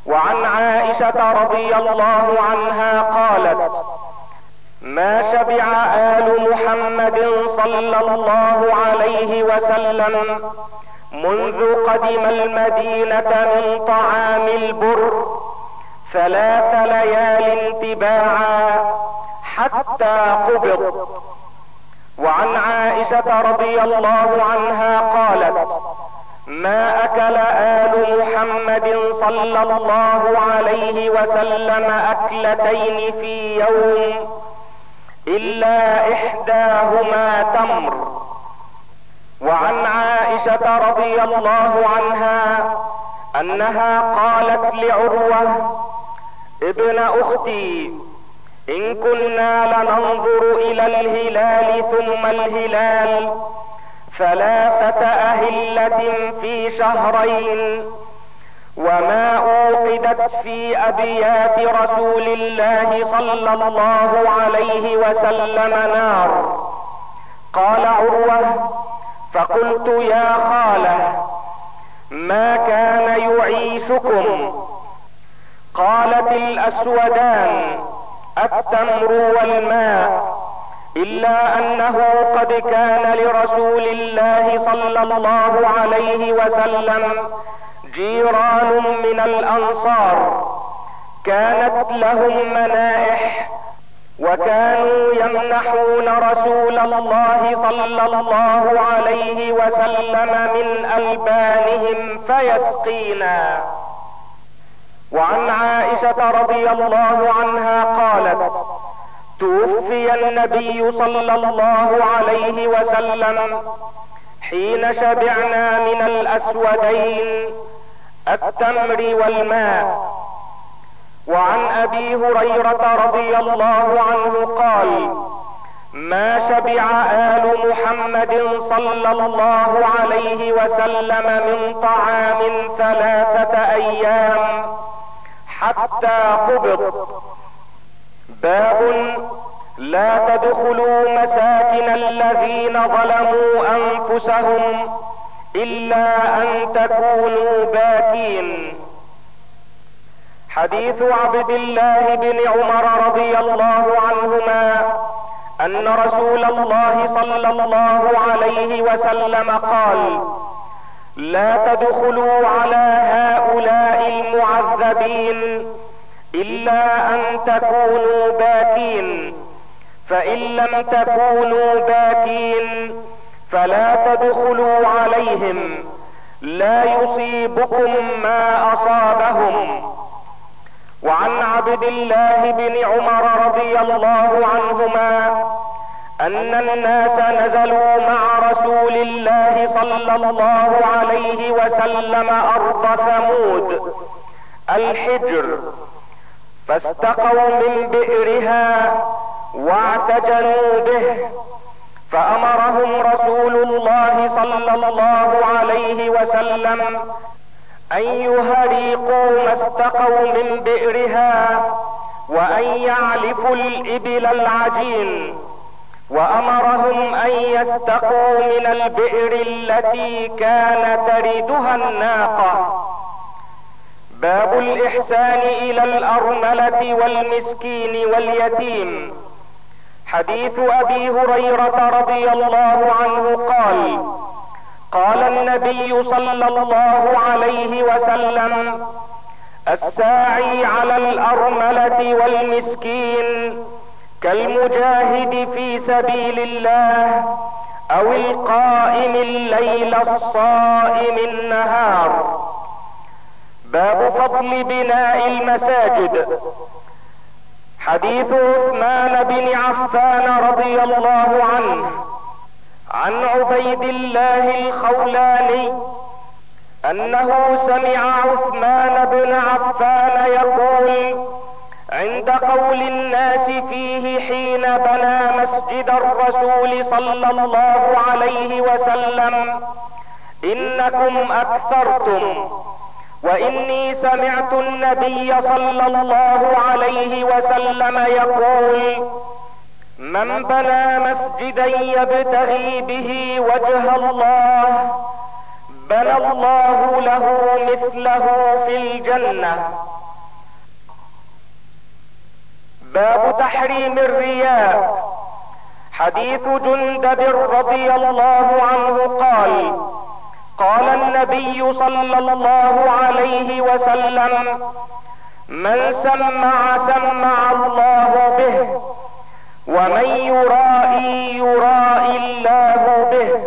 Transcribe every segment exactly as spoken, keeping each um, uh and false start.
وعن عائشة رضي الله عنها قالت: ما شبع آل محمد صلى الله عليه وسلم منذ قدم المدينة من طعام البر ثلاث ليال تباعا حتى قبض. وعن عائشة رضي الله عنها قالت: ما اكل آل محمد صلى الله عليه وسلم اكلتين في يوم الا احداهما تمر. وعن عائشة رضي الله عنها انها قالت لعروة ابن اختي: ان كنا لننظر الى الهلال ثم الهلال ثلاثة اهلة في شهرين، وما اوقدت في ابيات رسول الله صلى الله عليه وسلم نار. قال عروة: فقلت يا خالة ما كان يعيشكم؟ قالت: الاسودان التمر والماء، الا انه قد كان لرسول الله صلى الله عليه وسلم جيران من الانصار كانت لهم منائح، وكانوا يمنحون رسول الله صلى الله عليه وسلم من البانهم فيسقينا. وعن عائشة رضي الله عنها قالت: توفي النبي صلى الله عليه وسلم حين شبعنا من الاسودين التمر والماء. وعن ابي هريرة رضي الله عنه قال: ما شبع آل محمد صلى الله عليه وسلم من طعام ثلاثة ايام حتى قبض. باب: لا تدخلوا مساكن الذين ظلموا انفسهم الا ان تكونوا باكين. حديث عبد الله بن عمر رضي الله عنهما ان رسول الله صلى الله عليه وسلم قال: لا تدخلوا على هؤلاء المعذبين الا ان تكونوا باكين، فان لم تكونوا باكين فلا تدخلوا عليهم، لا يصيبكم ما اصابهم. وعن عبد الله بن عمر رضي الله عنهما ان الناس نزلوا مع رسول الله صلى الله عليه وسلم ارض ثمود الحجر، فاستقوا من بئرها واعتجلوا به، فامرهم رسول الله صلى الله عليه وسلم ان يهريقوا ما استقوا من بئرها وان يعلفوا الابل العجين، وامرهم ان يستقوا من البئر التي كان تردها الناقة. باب الاحسان الى الارملة والمسكين واليتيم. حديث ابي هريرة رضي الله عنه قال: قال النبي صلى الله عليه وسلم: الساعي على الارملة والمسكين كالمجاهد في سبيل الله او القائم الليل الصائم النهار. باب فضل بناء المساجد. حديث عثمان بن عفان رضي الله عنه عن عبيد الله الخولاني انه سمع عثمان بن عفان يقول عند قول الناس فيه حين بنى مسجد الرسول صلى الله عليه وسلم: انكم اكثرتم، واني سمعت النبي صلى الله عليه وسلم يقول: من بنى مسجدا يبتغي به وجه الله بنى الله له مثله في الجنة. باب تحريم الرياء. حديث جندب رضي الله عنه قال: قال النبي صلى الله عليه وسلم: من سمع سمع الله به، ومن يرائي يرائي الله به.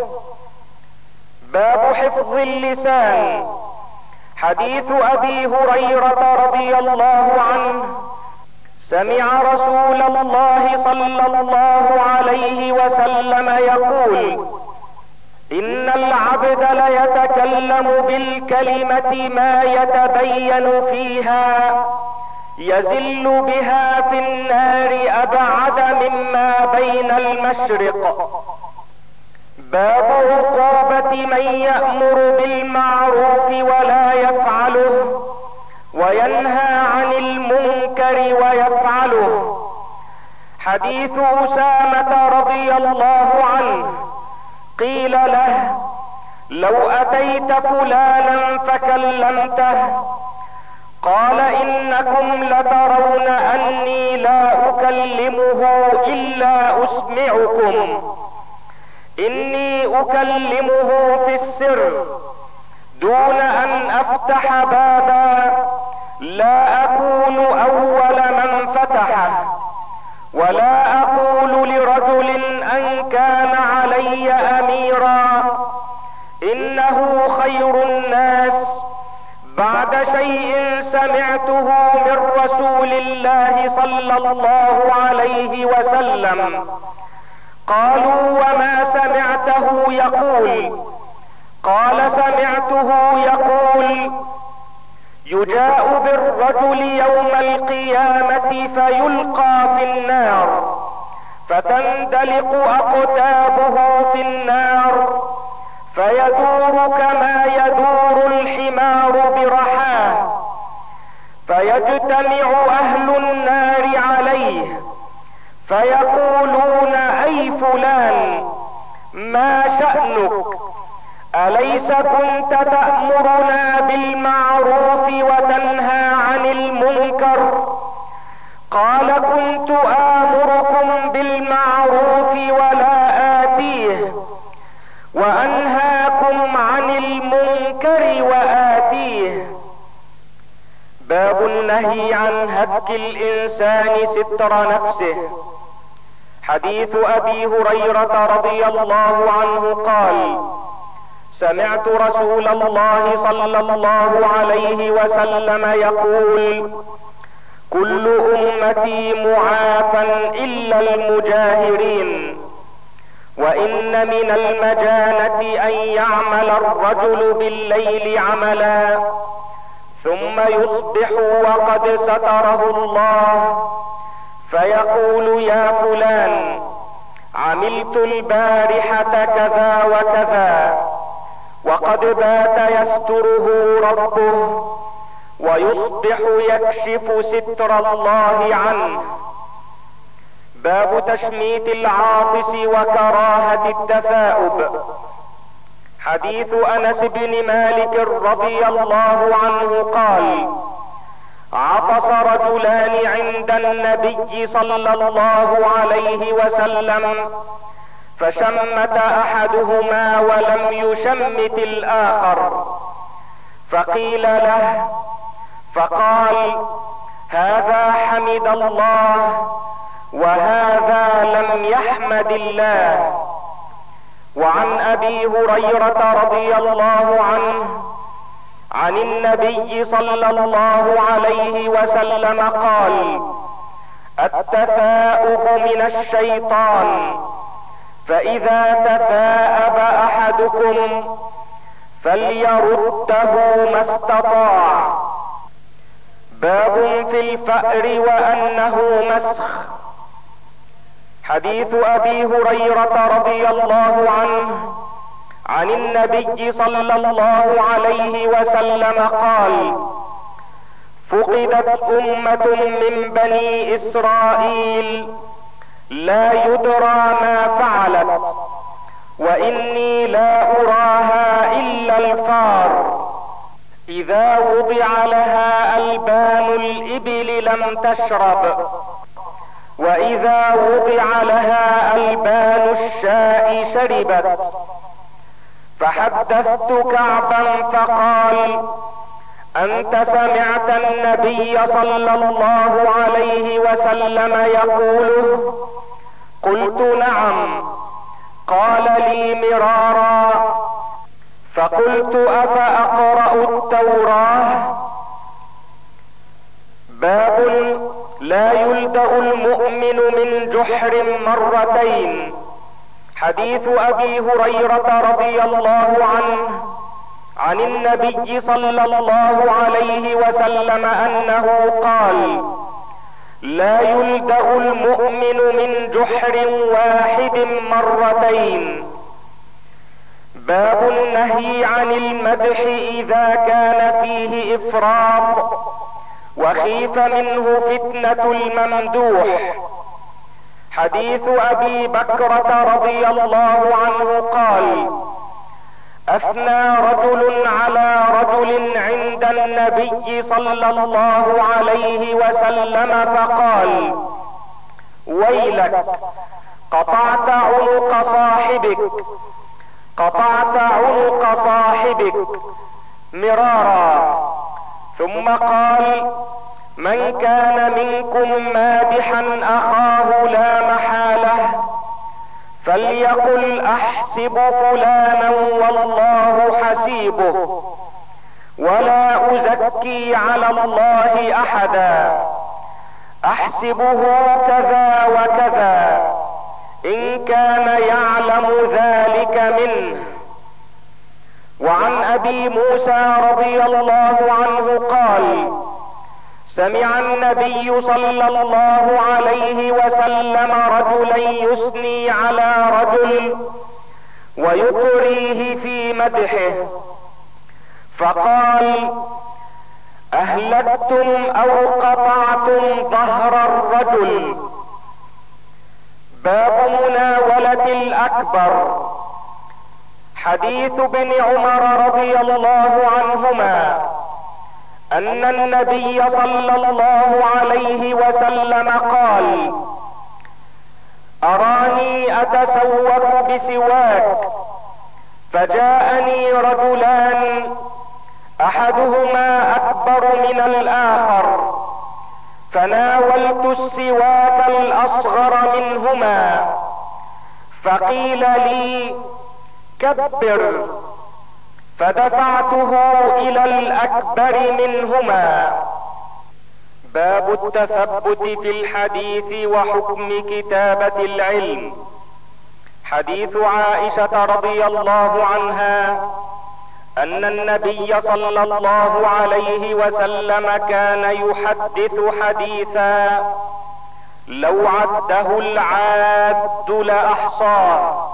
باب حفظ اللسان. حديث ابي هريرة رضي الله عنه: سمع رسول الله صلى الله عليه وسلم يقول: ان العبد ليتكلم بالكلمة ما يتبين فيها يزل بها في النار ابعد مما بين المشرق. باب عقوبة من يأمر بالمعروف ولا يفعله، وينهى عن المنكر ويفعله. حديث أسامة رضي الله عنه: قيل له: لو أتيت فلانا فكلمته، قال: انكم لترون اني لا اكلمه الا اسمعكم، اني اكلمه في السر دون ان افتح بابا، لا اكون اول من فتحه، ولا اقول لرجل ان كان علي اميرا، انه خير الناس بعد شيء سمعته من رسول الله صلى الله عليه وسلم. قالوا: وما سمعته يقول؟ قال: سمعته يقول: يجاء بالرجل يوم القيامة فيلقى في النار، فتندلق اقتابه في النار، فيدور كما يدور الحمار برحاه، فيجتمع اهل النار عليه فيقولون: اي فلان، ما شأنك؟ اليس كنت تأمرنا بالمعروف وتنهى عن المنكر؟ قال: كنت آمركم بالمعروف ولا آتيه، وانهاكم عن المنكر وآتيه. باب النهي عن هتك الانسان ستر نفسه. حديث ابي هريرة رضي الله عنه قال: سمعت رسول الله صلى الله عليه وسلم يقول: كل امتي معافى الا المجاهرين، وان من المجانة ان يعمل الرجل بالليل عملا ثم يصبح وقد ستره الله، فيقول: يا فلان، عملت البارحة كذا وكذا، وقد بات يستره ربه، ويصبح يكشف ستر الله عنه. باب تشميت العاطس وكراهة التثاؤب. حديث انس بن مالك رضي الله عنه قال: عطس رجلان عند النبي صلى الله عليه وسلم، فشمت احدهما ولم يشمت الاخر، فقيل له، فقال: هذا حمد الله، وهذا لم يحمد الله. وعن ابي هريرة رضي الله عنه عن النبي صلى الله عليه وسلم قال: التثاؤب من الشيطان، فاذا تثاءب احدكم فليرده ما استطاع. باب في الفأر وانه مسخ. حديث ابي هريرة رضي الله عنه عن النبي صلى الله عليه وسلم قال: فقدت امة من بني اسرائيل لا يدرى ما فعلت، واني لا اراها الا الفار، اذا وضع لها البان الابل لم تشرب، واذا وضع لها البان الشاء شربت. فحدثت كعبا فقال: انت سمعت النبي صلى الله عليه وسلم يقوله؟ قلت: نعم. قال لي مرارا. فقلت: افاقرأ التوراة؟ باب لا يلدغ المؤمن من جحر مرتين. حديث ابي هريرة رضي الله عنه عن النبي صلى الله عليه وسلم انه قال: لا يلدغ المؤمن من جحر واحد مرتين. باب النهي عن المدح اذا كان فيه افراط وخيف منه فتنة الممدوح. حديث ابي بكرة رضي الله عنه قال: اثنى رجل على رجل عند النبي صلى الله عليه وسلم فقال: ويلك، قطعت عنق صاحبك، قطعت عنق صاحبك، مرارا. ثم قال: من كان منكم مادحا اخاه لا محالة فليقل احسب فلانا والله حسيبه، ولا ازكي على الله احدا، احسبه كذا وكذا، ان كان يعلم ذلك منه. وعن ابي موسى رضي الله عنه قال: سمع النبي صلى الله عليه وسلم رجلا يثني على رجل ويطريه في مدحه، فقال: اهلكتم او قطعتم ظهر الرجل. باب مناولة الاكبر. حديث ابن عمر رضي الله عنهما ان النبي صلى الله عليه وسلم قال: اراني اتسوق بسواك، فجاءني رجلان احدهما اكبر من الاخر، فناولت السواك الاصغر منهما، فقيل لي: كبر، فدفعته الى الاكبر منهما. باب التثبت في الحديث وحكم كتابة العلم. حديث عائشة رضي الله عنها ان النبي صلى الله عليه وسلم كان يحدث حديثا لو عده العاد لاحصاه.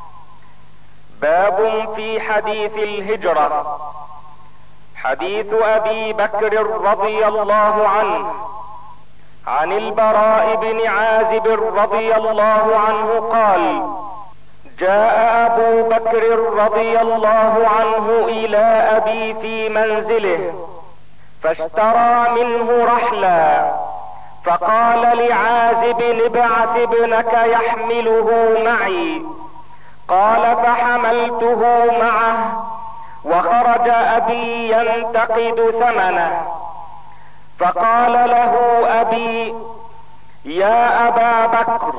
باب في حديث الهجرة. حديث ابي بكر رضي الله عنه عن البراء بن عازب رضي الله عنه قال: جاء ابو بكر رضي الله عنه الى ابي في منزله فاشترى منه رحلا، فقال لعازب: ابعث ابنك يحمله معي. قال: فحملته معه، وخرج ابي ينتقد ثمنه، فقال له ابي: يا ابا بكر،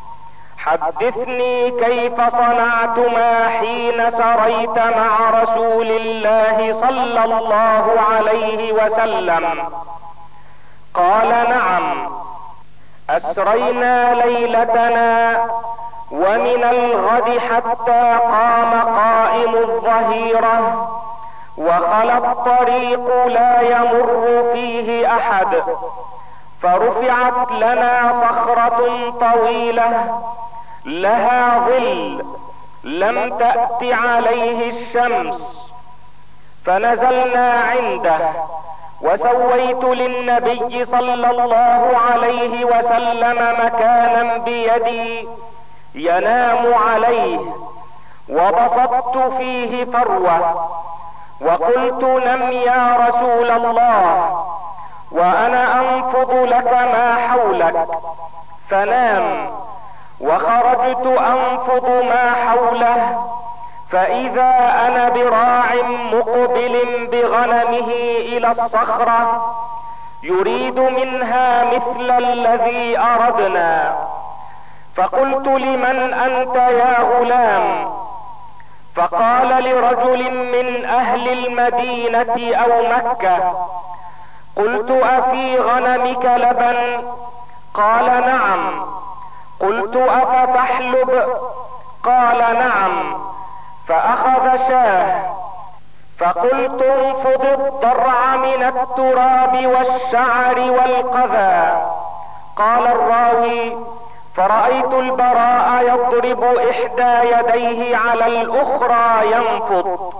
حدثني كيف صنعتما حين سريت مع رسول الله صلى الله عليه وسلم. قال: نعم، اسرينا ليلتنا، ومن الغد حتى قام قائم الظهيرة، وخلى الطريق لا يمر فيه احد، فرفعت لنا صخرة طويلة لها ظل لم تأت عليه الشمس، فنزلنا عنده، وسويت للنبي صلى الله عليه وسلم مكانا بيدي ينام عليه، وبسطت فيه فروة، وقلت: نم يا رسول الله، وانا انفض لك ما حولك. فنام، وخرجت انفض ما حوله، فاذا انا براع مقبل بغنمه الى الصخرة يريد منها مثل الذي اردنا. فقلت: لمن انت يا غلام؟ فقال: لرجل من اهل المدينة او مكة. قلت: افي غنمك لبن؟ قال: نعم. قلت: افتحلب؟ قال: نعم. فاخذ شاه، فقلت: انفض الضرع من التراب والشعر والقذى. قال الراوي: فرأيت البراء يضرب احدى يديه على الاخرى ينفض،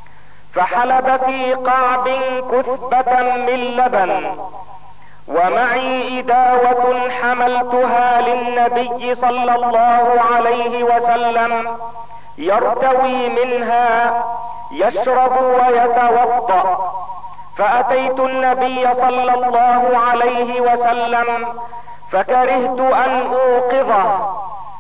فحلب في قعب كثبة من لبن، ومعي إداوة حملتها للنبي صلى الله عليه وسلم يرتوي منها يشرب ويتوضأ. فأتيت النبي صلى الله عليه وسلم فكرهت أن أوقظه،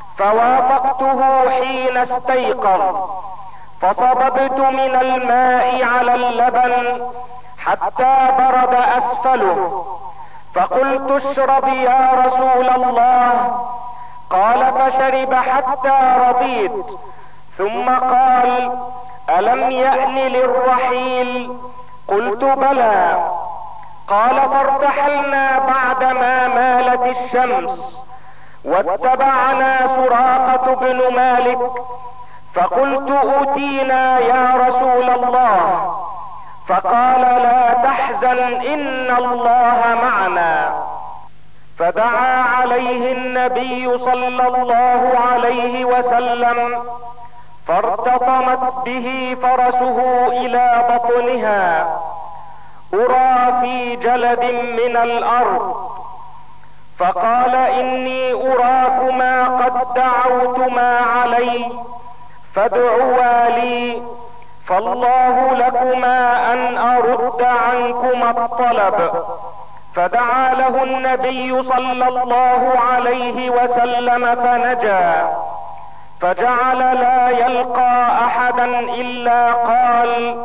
فوافقته حين استيقظ، فصببت من الماء على اللبن حتى برد أسفله، فقلت: اشرب يا رسول الله. قال: فشرب حتى رضيت، ثم قال: ألم يأن للرحيل؟ قلت: بلى. قال: فارتحلنا بعدما مالت الشمس، واتبعنا سراقة بن مالك، فقلت: أوتينا يا رسول الله. فقال: لا تحزن إن الله معنا. فدعا عليه النبي صلى الله عليه وسلم، فارتطمت به فرسه الى بطنها، ارى في جلد من الارض. فقال: اني اراكما قد دعوتما علي، فادعوا لي، فالله لكما ان ارد عنكما الطلب. فدعا له النبي صلى الله عليه وسلم فنجا، فجعل لا يلقى احدا الا قال: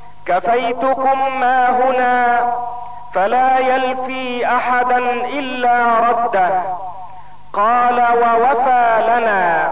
كفيتكم ما هنا، فلا يلفي احدا الا رده. قال: ووفى لنا.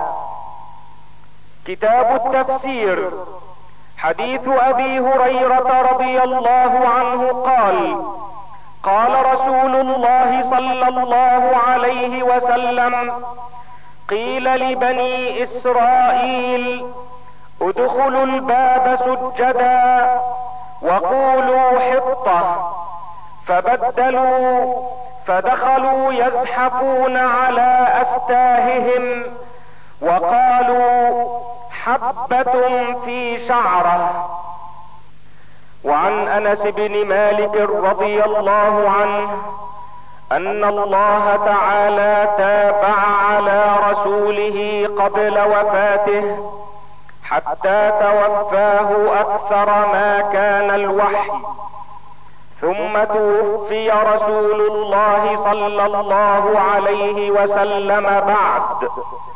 كتاب التفسير. حديث ابي هريرة رضي الله عنه قال: قال رسول الله صلى الله عليه وسلم: قيل لبني اسرائيل: ادخلوا الباب سجدا وقولوا حطة، فبدلوا فدخلوا يزحفون على استاههم وقالوا: حبة في شعره. وعن انس بن مالك رضي الله عنه ان الله تعالى تابع على رسوله قبل وفاته حتى توفاه اكثر ما كان الوحي، ثم توفي رسول الله صلى الله عليه وسلم بعد.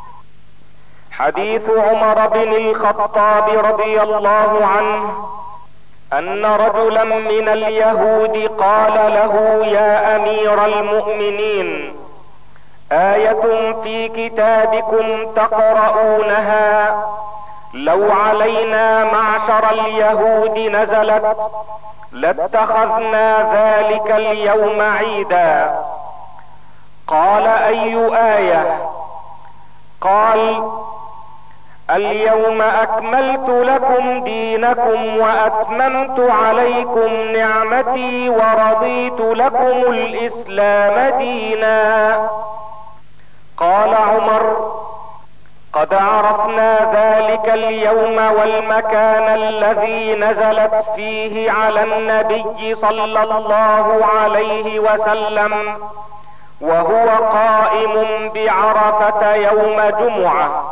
حديث عمر بن الخطاب رضي الله عنه ان رجلا من اليهود قال له: يا امير المؤمنين، آية في كتابكم تقرؤونها لو علينا معشر اليهود نزلت لاتخذنا ذلك اليوم عيدا. قال: اي آية؟ قال: اليوم اكملت لكم دينكم واتممت عليكم نعمتي ورضيت لكم الاسلام دينا. قال عمر: قد عرفنا ذلك اليوم والمكان الذي نزلت فيه على النبي صلى الله عليه وسلم وهو قائم بعرفة يوم جمعة.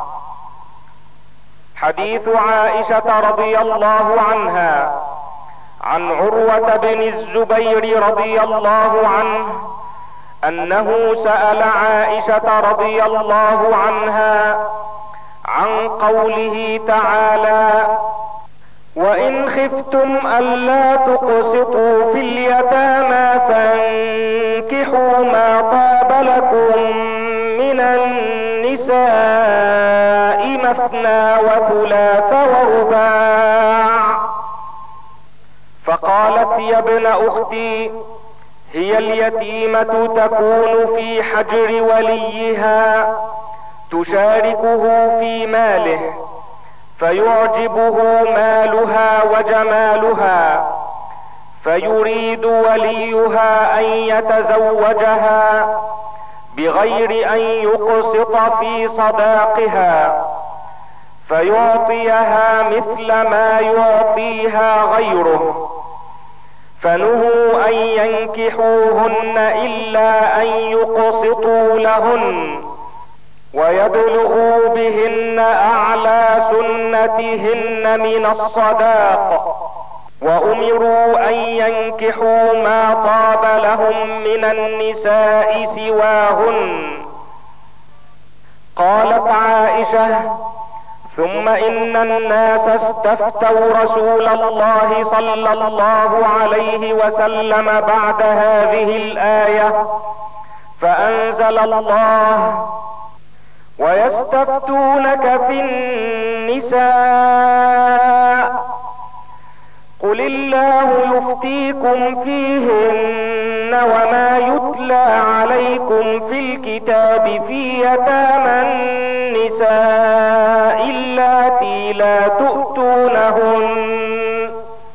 حديث عائشة رضي الله عنها عن عروة بن الزبير رضي الله عنه انه سأل عائشة رضي الله عنها عن قوله تعالى: وان خفتم الا تقسطوا في اليتامى فانكحوا ما طاب لكم من النساء مثنى وثلاث ورباع. فقالت: يا ابن اختي، هي اليتيمة تكون في حجر وليها تشاركه في ماله، فيعجبه مالها وجمالها، فيريد وليها ان يتزوجها بغير ان يقسط في صداقها، فيعطيها مثل ما يعطيها غيره. فنهوا ان ينكحوهن الا ان يقسطوا لهن ويبلغوا بهن اعلى سنتهن من الصداق، وامروا ان ينكحوا ما طاب لهم من النساء سواهن. قالت عائشة: ثم ان الناس استفتوا رسول الله صلى الله عليه وسلم بعد هذه الآية، فانزل الله: ويستفتونك في النساء قل الله يفتيكم فيهن وما يتلى عليكم في الكتاب في يتامى النساء اللاتي لا تؤتونهن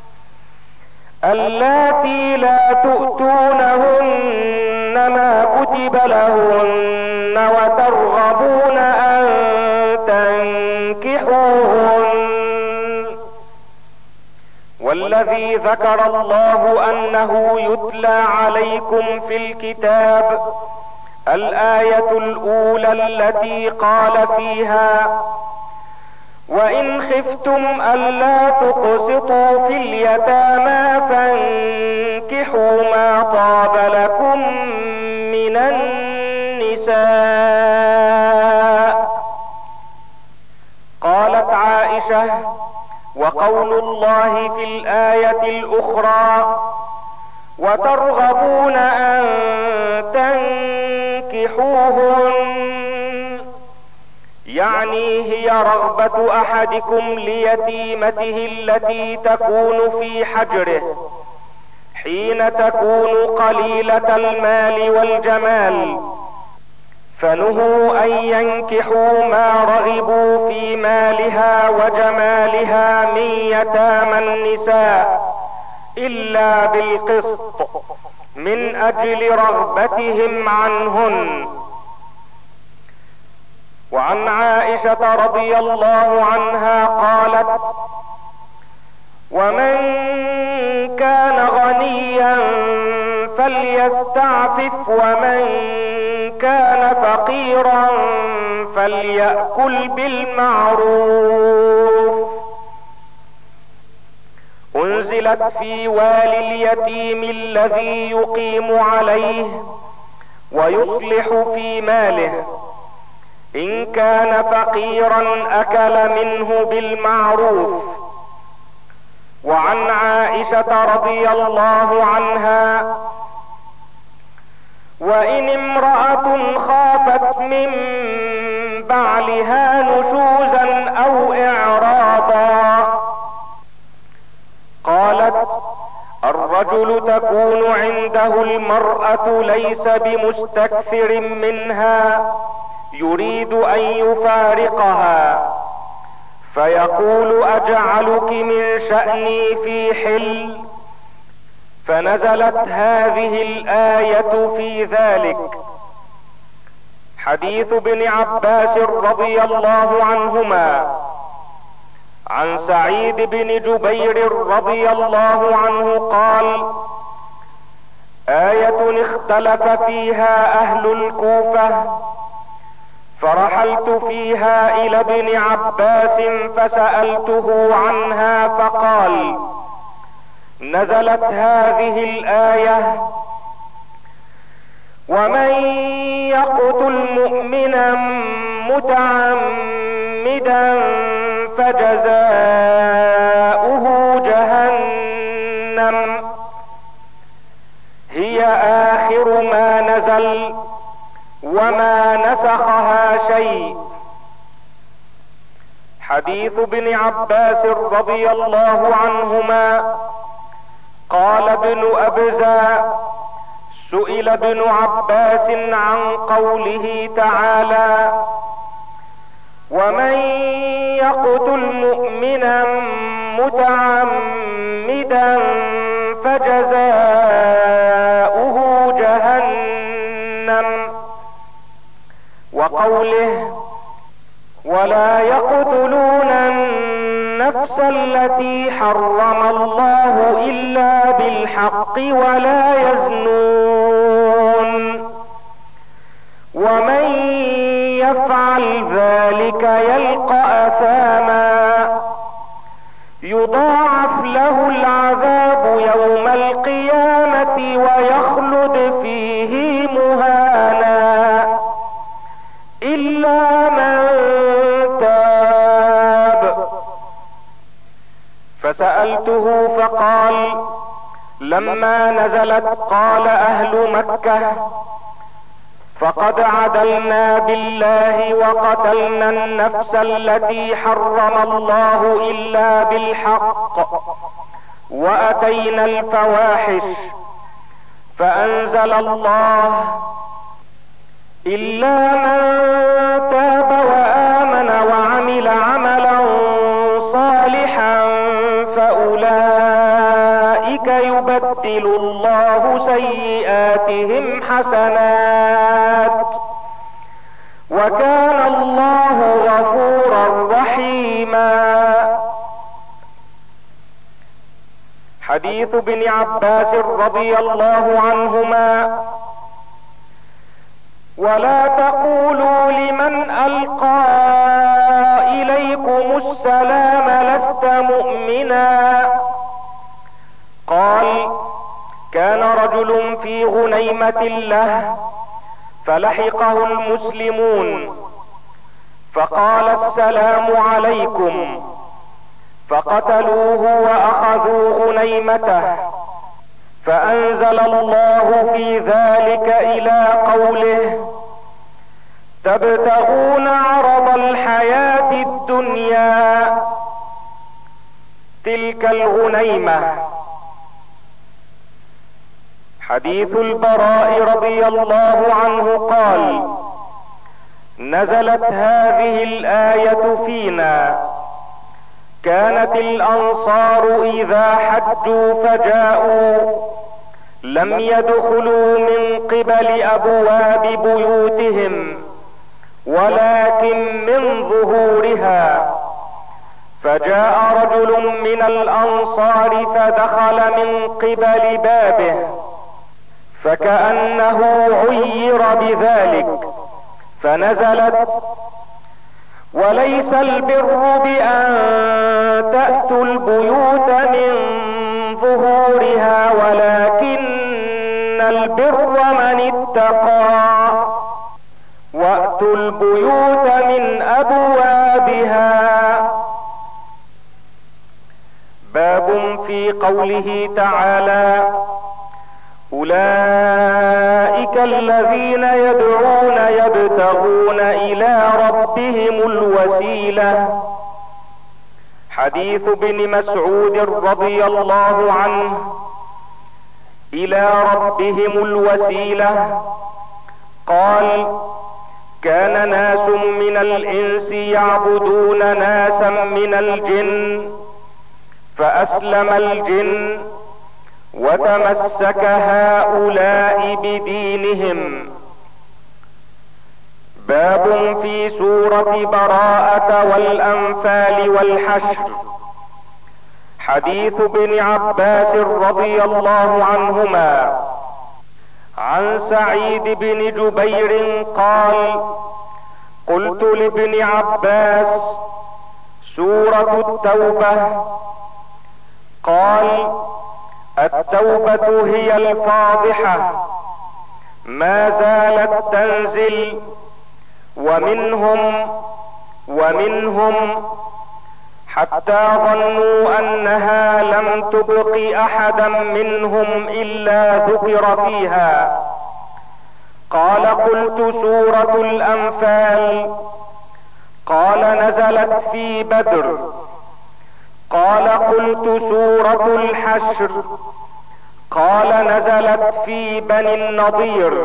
اللاتي لا تؤتونهن ما كتب لهن وترغبون ان تنكحوهن، والذي ذكر الله انه يتلى عليكم في الكتاب الآية الاولى التي قال فيها: وان خفتم الا تقسطوا في اليتامى فانكحوا ما طاب لكم من النساء. قالت عائشة: وقول الله في الآية الاخرى: وترغبون ان تنكحوهن، يعني هي رغبة احدكم ليتيمته التي تكون في حجره حين تكون قليلة المال والجمال، فنهوا ان ينكحوا ما رغبوا في مالها وجمالها من يتامى النساء الا بالقسط من اجل رغبتهم عنهن. وعن عائشة رضي الله عنها قالت: ومن كان غنيا فليستعفف ومن كان فقيرا فليأكل بالمعروف. انزلت في والي اليتيم الذي يقيم عليه ويصلح في ماله، ان كان فقيرا اكل منه بالمعروف. وعن عائشة رضي الله عنها: وان امرأة خافت من بعلها نشوزا او اعراضا، قالت: الرجل تكون عنده المرأة ليس بمستكثر منها يريد ان يفارقها، فيقول: اجعلك من شأني في حل، فنزلت هذه الآية في ذلك. حديث ابن عباس رضي الله عنهما عن سعيد بن جبير رضي الله عنه قال: آية اختلف فيها اهل الكوفة، فرحلت فيها الى ابن عباس فسألته عنها فقال: نزلت هذه الآية: ومن يقتل مؤمنا متعمدا فجزاؤه جهنم هي آخر ما نزل وما نسخها شيء. حديث ابن عباس رضي الله عنهما قال ابن أبزة: سئل ابن عباس عن قوله تعالى: ومن يقتل مؤمنا متعمدا فجزاؤه جهنم، وقوله: ولا يقتلون النفس التي حرم الله إلا بالحق ولا يزنون، ومن يفعل ذلك يلقى أثاما يضاعف له العذاب يوم القيامة ويخلد فيه مهانا إلا من تاب. فسألته فقال: لما نزلت قال أهل مكة: فقد عدلنا بالله وقتلنا النفس التي حرم الله إلا بالحق وأتينا الفواحش، فأنزل الله: إلا من تاب وآمن وعمل عملا صالحا فأولئك يبدل الله سيئاتهم حسنات وكان الله غفورا رحيما. حديث ابن عباس رضي الله عنهما: ولا تقولوا لمن ألقى إليكم السلام لست مؤمنا. قال: كان رجل في غنيمة له فلحقه المسلمون فقال: السلام عليكم، فقتلوه وأخذوا غنيمته. فأنزل الله في ذلك إلى قوله: تبتغون عرض الحياة الدنيا، تلك الغنيمة. حديث البراء رضي الله عنه قال: نزلت هذه الآية فينا: كانت الأنصار إذا حجوا فجاءوا لم يدخلوا من قبل أبواب بيوتهم ولكن من ظهورها، فجاء رجل من الأنصار فدخل من قبل بابه فكأنه عير بذلك، فنزلت: وليس البر بأن تأتوا البيوت من ظهورها ولكن البر من اتقى، وأتوا البيوت من أبوابها. باب في قوله تعالى: أولئك الذين يدعون يبتغون إلى ربهم الوسيلة. حديث ابن مسعود رضي الله عنه: إلى ربهم الوسيلة. قال: كان ناس من الإنس يعبدون ناسا من الجن فأسلم الجن وتمسك هؤلاء بدينهم. باب في سورة براءة والأنفال والحشر. حديث ابن عباس رضي الله عنهما عن سعيد بن جبير قال: قلت لابن عباس: سورة التوبة. قال: التوبة هي الفاضحة، ما زالت تنزل، ومنهم ومنهم حتى ظنوا انها لم تبق احدا منهم الا ذكر فيها. قال: قلت: سورة الانفال. قال: نزلت في بدر. قال: قلت: سورة الحشر. قال: نزلت في بني النضير.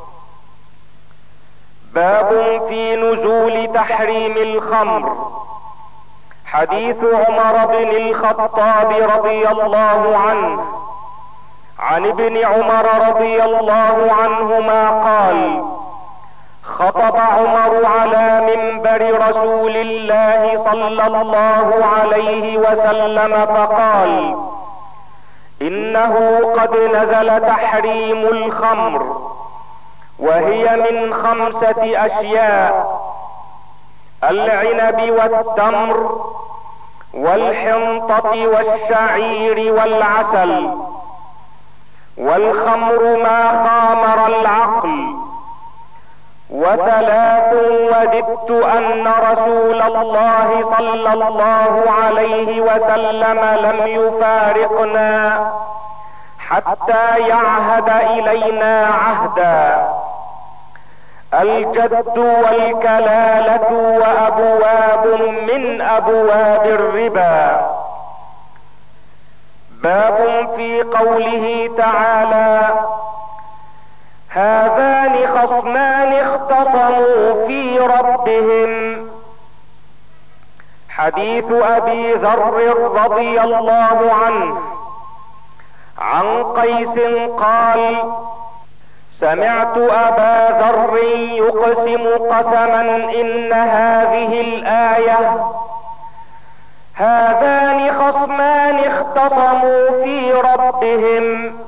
باب في نزول تحريم الخمر. حديث عمر بن الخطاب رضي الله عنه عن ابن عمر رضي الله عنهما قال: خطب عمر على منبر رسول الله صلى الله عليه وسلم فقال: انه قد نزل تحريم الخمر، وهي من خمسة اشياء: العنب والتمر والحنطة والشعير والعسل. والخمر ما خامر العقل. وثلاث وددت ان رسول الله صلى الله عليه وسلم لم يفارقنا حتى يعهد الينا عهدا: الجد والكلالة وابواب من ابواب الربا. باب في قوله تعالى: هذان خصمان اختصموا في ربهم. حديث ابي ذر رضي الله عنه عن قيس قال: سمعت ابا ذر يقسم قسما ان هذه الايه: هذان خصمان اختصموا في ربهم،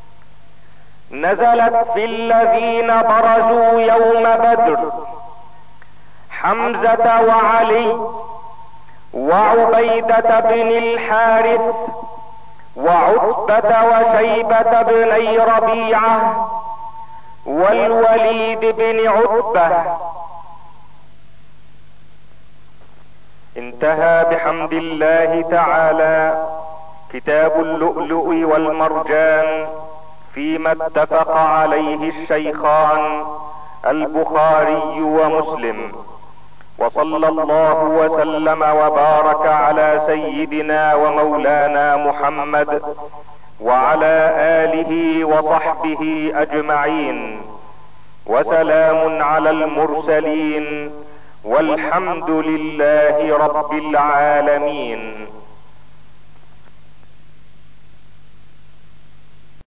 نزلت في الذين برزوا يوم بدر: حمزة وعلي وعبيدة بن الحارث وعتبة وشيبة بني ربيعة والوليد بن عتبة. انتهى بحمد الله تعالى كتاب اللؤلؤ والمرجان فيما اتفق عليه الشيخان البخاري ومسلم، وصلى الله وسلم وبارك على سيدنا ومولانا محمد وعلى آله وصحبه اجمعين، وسلام على المرسلين، والحمد لله رب العالمين.